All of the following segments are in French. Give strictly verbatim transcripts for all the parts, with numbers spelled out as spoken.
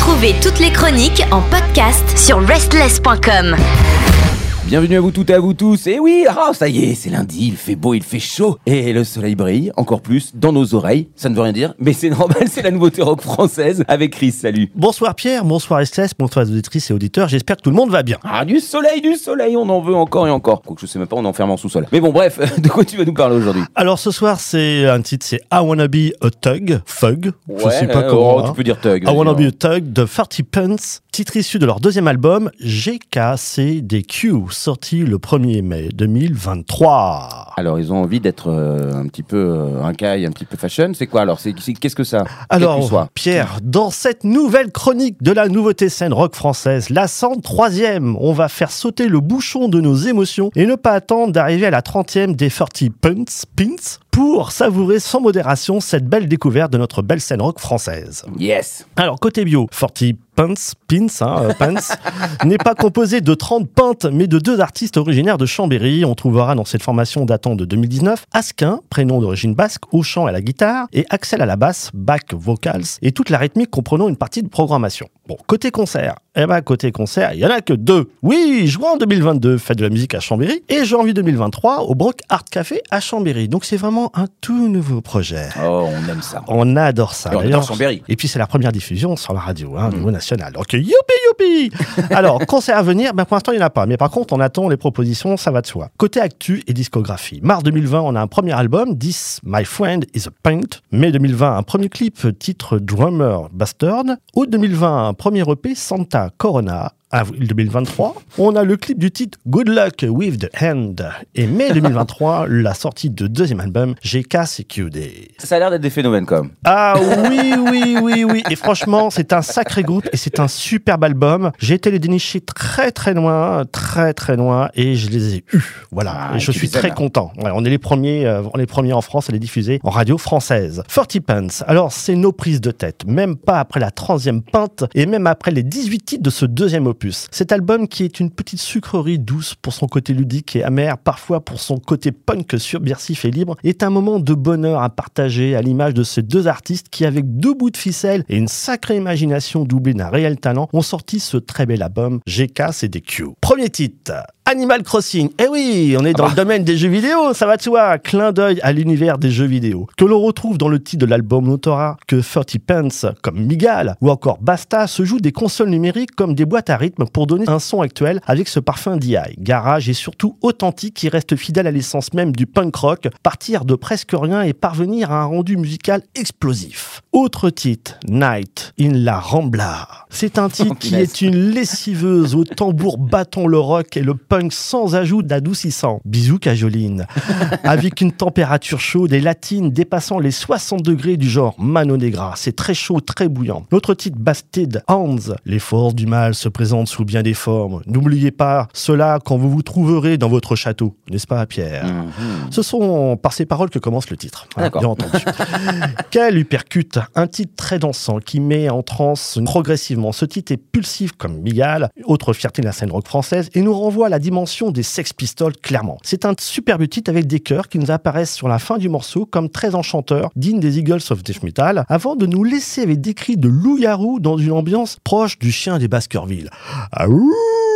Retrouvez toutes les chroniques en podcast sur restless point com. Bienvenue à vous toutes et à vous tous. Et oui, ah, ça y est, c'est lundi, il fait beau, il fait chaud. Et le soleil brille, encore plus, dans nos oreilles. Ça ne veut rien dire, mais c'est normal, c'est la nouveauté rock française avec Chris, salut. Bonsoir Pierre, bonsoir Restless, bonsoir les auditrices et auditeurs, j'espère que tout le monde va bien. Ah, du soleil, du soleil, on en veut encore et encore. Quoique je sais même pas, on est enfermé en sous-sol. Mais bon, bref, de quoi tu vas nous parler aujourd'hui? Alors ce soir, c'est un titre, c'est I Wanna Be a Thug, Thug, je ouais, sais pas euh, comment. Oh, hein. tu peux dire Thug. I Wanna Be a Thug de Forty Pence, titre issu de leur deuxième album, G K C D Q, sorti le premier mai deux mille vingt-trois. Alors, ils ont envie d'être euh, un petit peu euh, un caille, un petit peu fashion. C'est quoi alors? c'est, c'est, Qu'est-ce que ça? Alors, Pierre, dans cette nouvelle chronique de la nouveauté scène rock française, la cent troisième, on va faire sauter le bouchon de nos émotions et ne pas attendre d'arriver à la trentième des Forty Pence, Pins, pour savourer sans modération cette belle découverte de notre belle scène rock française. Yes. Alors, côté bio, Forty Pence, Pins, hein, euh, Pence, n'est pas composé de trente pintes, mais de deux artistes originaires de Chambéry. On trouvera dans cette formation datant de deux mille dix-neuf Asquin, prénom d'origine basque, au chant et à la guitare, et Axel à la basse, back vocals, et toute la rythmique comprenant une partie de programmation. Bon, côté concert, eh ben côté concert, il y en a que deux. Oui, juin deux mille vingt-deux, fête de la musique à Chambéry, et janvier deux mille vingt-trois, au Broc Art Café à Chambéry. Donc c'est vraiment un tout nouveau projet. Oh, on aime ça. On adore ça. Et on adore Chambéry. Et puis c'est la première diffusion sur la radio, hein, au niveau national. Donc youpi youpi. Alors concert à venir, ben pour l'instant il n'y en a pas. Mais par contre on attend les propositions, ça va de soi. Côté actu et discographie, mars deux mille vingt, on a un premier album, This My Friend Is a Paint. Mai deux mille vingt, un premier clip, titre Drummer Bastard. Août deux mille vingt, un premier E P, Santa Corona. Avril deux mille vingt-trois, on a le clip du titre Good Luck with the Hand. Et mai deux mille vingt-trois, la sortie de deuxième album G K C Q D. Ça a l'air d'être des phénomènes quand même. Ah oui, oui, oui, oui. Et franchement, c'est un sacré groupe et c'est un superbe album. J'ai été les dénicher très, très loin, très, très loin et je les ai eus. Voilà. Ah, et je suis très content. Ouais, on est les premiers, euh, les premiers en France à les diffuser en radio française. Forty Pence. Alors, c'est nos prises de tête. Même pas après la troisième pinte et même après les dix-huit titres de ce deuxième opus. Cet album, qui est une petite sucrerie douce pour son côté ludique et amer, parfois pour son côté punk subversif et libre, est un moment de bonheur à partager à l'image de ces deux artistes qui, avec deux bouts de ficelle et une sacrée imagination doublée d'un réel talent, ont sorti ce très bel album G K C D Q. Premier titre, Animal Crossing. Eh oui, on est dans ah bah. le domaine des jeux vidéo, ça va de soi. Clin d'œil à l'univers des jeux vidéo. Que l'on retrouve dans le titre de l'album Notora, que Forty Pence, comme Migal, ou encore Basta, se jouent des consoles numériques comme des boîtes à rythme pour donner un son actuel avec ce parfum D I. Garage et surtout authentique qui reste fidèle à l'essence même du punk rock, partir de presque rien et parvenir à un rendu musical explosif. Autre titre, Night in la Rambla. C'est un titre qui est une lessiveuse au tambour battant le rock et le punk sans ajout d'adoucissant. Bisous Cajoline. Avec une température chaude et latine dépassant les soixante degrés du genre Mano Negra. C'est très chaud, très bouillant. L'autre titre, Bastard Hands. Les forces du mal se présentent sous bien des formes. N'oubliez pas cela quand vous vous trouverez dans votre château. N'est-ce pas, Pierre? mm-hmm. Ce sont par ces paroles que commence le titre. Ah, d'accord. Bien entendu. Quel uppercut. Un titre très dansant qui met en transe progressivement. Ce titre est pulsif comme Migal, autre fierté de la scène rock française, et nous renvoie à la dimension des Sex Pistols, clairement. C'est un superbe titre avec des chœurs qui nous apparaissent sur la fin du morceau comme très enchanteurs, dignes des Eagles of Death Metal, avant de nous laisser avec des cris de loup-garou dans une ambiance proche du chien des Baskerville. Ah, ouh.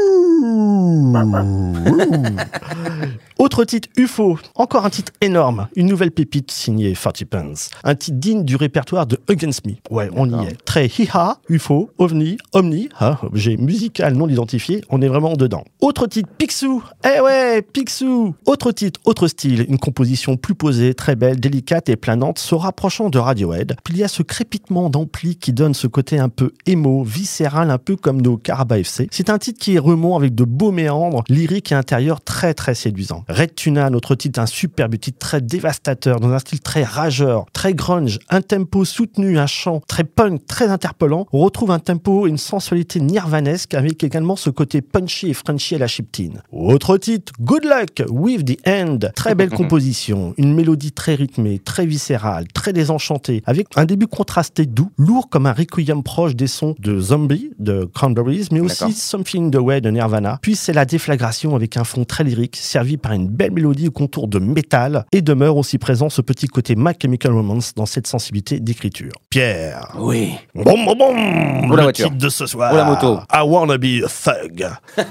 Autre titre, U F O. Encore un titre énorme. Une nouvelle pépite signée Forty Pence. Un titre digne du répertoire de Against Me. Ouais, on y est. Très hi-ha, U F O, OVNI, Omni, hein, objet musical non identifié. On est vraiment dedans. Autre titre, Picsou. Eh ouais, Picsou. Autre titre, autre style. Une composition plus posée, très belle, délicate et planante, se rapprochant de Radiohead. Puis il y a ce crépitement d'ampli qui donne ce côté un peu émo, viscéral, un peu comme nos Caraba F C. C'est un titre qui est remont avec de beaux méandres, lyriques et intérieurs très très séduisants. Red Tuna, notre titre, un superbe titre très dévastateur, dans un style très rageur, très grunge, un tempo soutenu, un chant très punk, très interpellant. On retrouve un tempo et une sensualité nirvanesque avec également ce côté punchy et frenchy à la Chiptune. Autre titre, Good Luck with the End. Très belle composition, une mélodie très rythmée, très viscérale, très désenchantée, avec un début contrasté doux, lourd comme un requiem proche des sons de Zombie, de Cranberries, mais aussi Something the Way de Nirvana. Puis c'est la déflagration avec un fond très lyrique, servi par à une belle mélodie au contour de métal et demeure aussi présent ce petit côté My Chemical Romance dans cette sensibilité d'écriture. Pierre. Oui. Bon, bon, bon. Pour la Le voiture. titre de ce soir. Pour la moto. I wanna be a thug.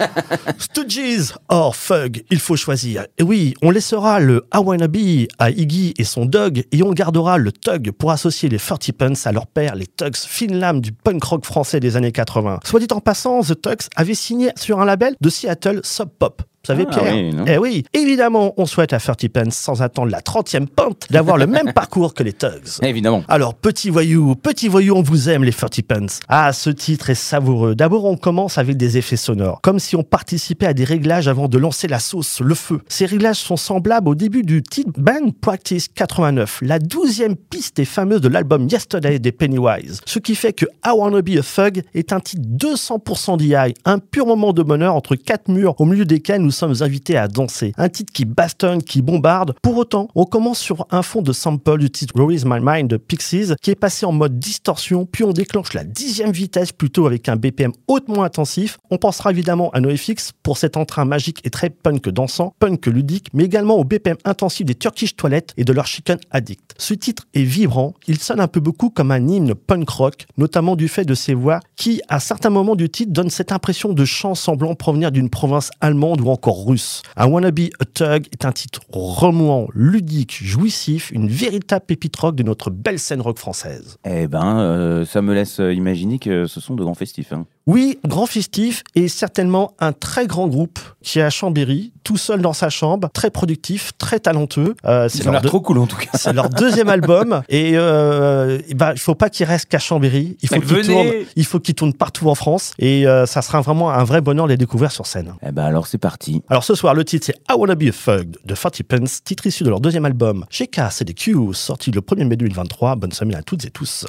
Stooges or thug, il faut choisir. Et oui, on laissera le I wanna be à Iggy et son Dog et on gardera le Thug pour associer les thirty Pence à leur père, les Tugs, fine lame du punk rock français des années quatre-vingts. Soit dit en passant, The Tugs avait signé sur un label de Seattle Sub Pop. Vous savez, Ah, Pierre? oui, non. Eh oui, évidemment, on souhaite à thirty Pence, sans attendre la trentième pente, d'avoir le même parcours que les Tugs. Évidemment. Alors, petit voyou, petit voyou, on vous aime, les thirty Pence. Ah, ce titre est savoureux. D'abord, on commence avec des effets sonores, comme si on participait à des réglages avant de lancer la sauce, le feu. Ces réglages sont semblables au début du titre Band Practice quatre-vingt-neuf, la douzième piste et fameuse de l'album Yesterday des Pennywise. Ce qui fait que I Wanna Be a Thug est un titre deux cents pour cent D I, un pur moment de bonheur entre quatre murs au milieu desquels nous sommes invités à danser. Un titre qui bastonne, qui bombarde. Pour autant, on commence sur un fond de sample du titre Where Is My Mind de Pixies qui est passé en mode distorsion, puis on déclenche la dixième vitesse plutôt avec un B P M hautement intensif. On pensera évidemment à NoFX pour cet entrain magique et très punk dansant, punk ludique, mais également au B P M intensif des Turkish Toilet et de leur Chicken Addict. Ce titre est vibrant, il sonne un peu beaucoup comme un hymne punk rock, notamment du fait de ses voix qui, à certains moments du titre, donnent cette impression de chant semblant provenir d'une province allemande ou encore russe. I Wanna Be a Thug est un titre remuant, ludique, jouissif, une véritable pépite rock de notre belle scène rock française. Eh ben, euh, ça me laisse imaginer que ce sont de grands festifs. Hein. Oui, grand festif et certainement un très grand groupe qui est à Chambéry, tout seul dans sa chambre, très productif, très talentueux. Euh, c'est Ils ont leur l'air deux- trop cool en tout cas. C'est leur deuxième album et euh, et bah, il faut pas qu'il reste qu'à Chambéry. Il faut Mais qu'il venez tourne, il faut qu'il tourne partout en France et euh, ça sera vraiment un vrai bonheur de les découvrir sur scène. Eh ben alors c'est parti. Alors ce soir, le titre c'est I Wanna Be a Thug de thirty Pence, titre issu de leur deuxième album G K C D Q, sorti le premier mai deux mille vingt-trois. Bonne semaine à toutes et tous.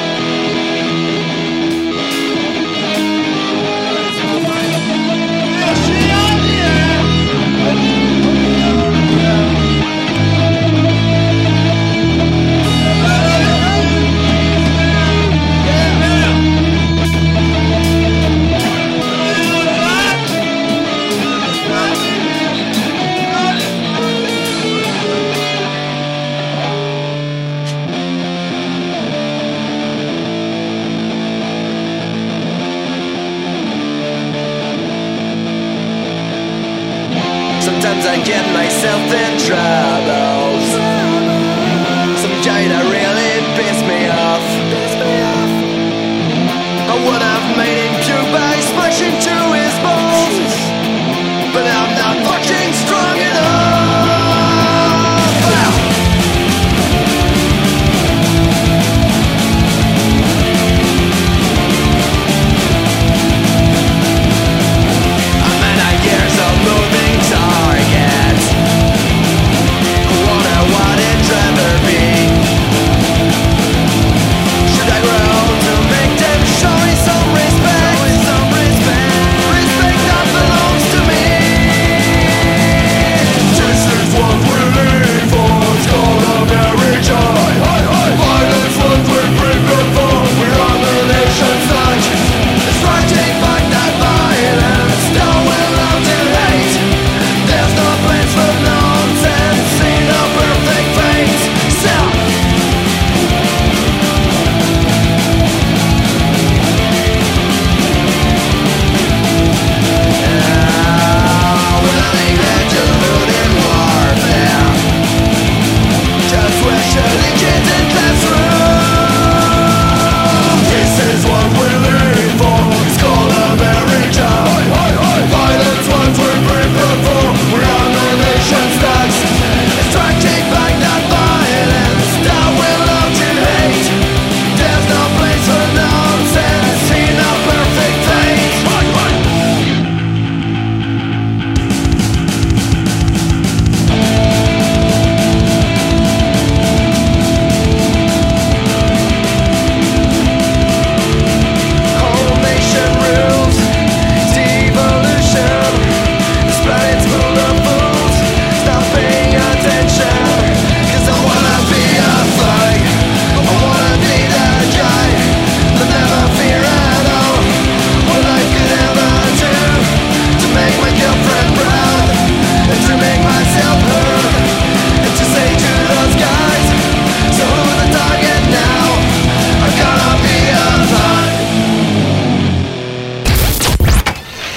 Sometimes I get myself in trouble. Some guy that really pissed me off. I would have made him puke by smashing to his balls, but I'm not fucking strong enough. Well, I'm at a years of moving target. Wonder what it'd rather be. Should I grow to make them show me some respect? Some respect.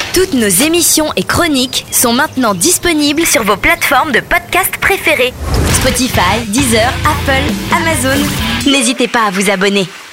Toutes nos émissions et chroniques sont maintenant disponibles sur vos plateformes de podcast préférées. Spotify, Deezer, Apple, Amazon. N'hésitez pas à vous abonner.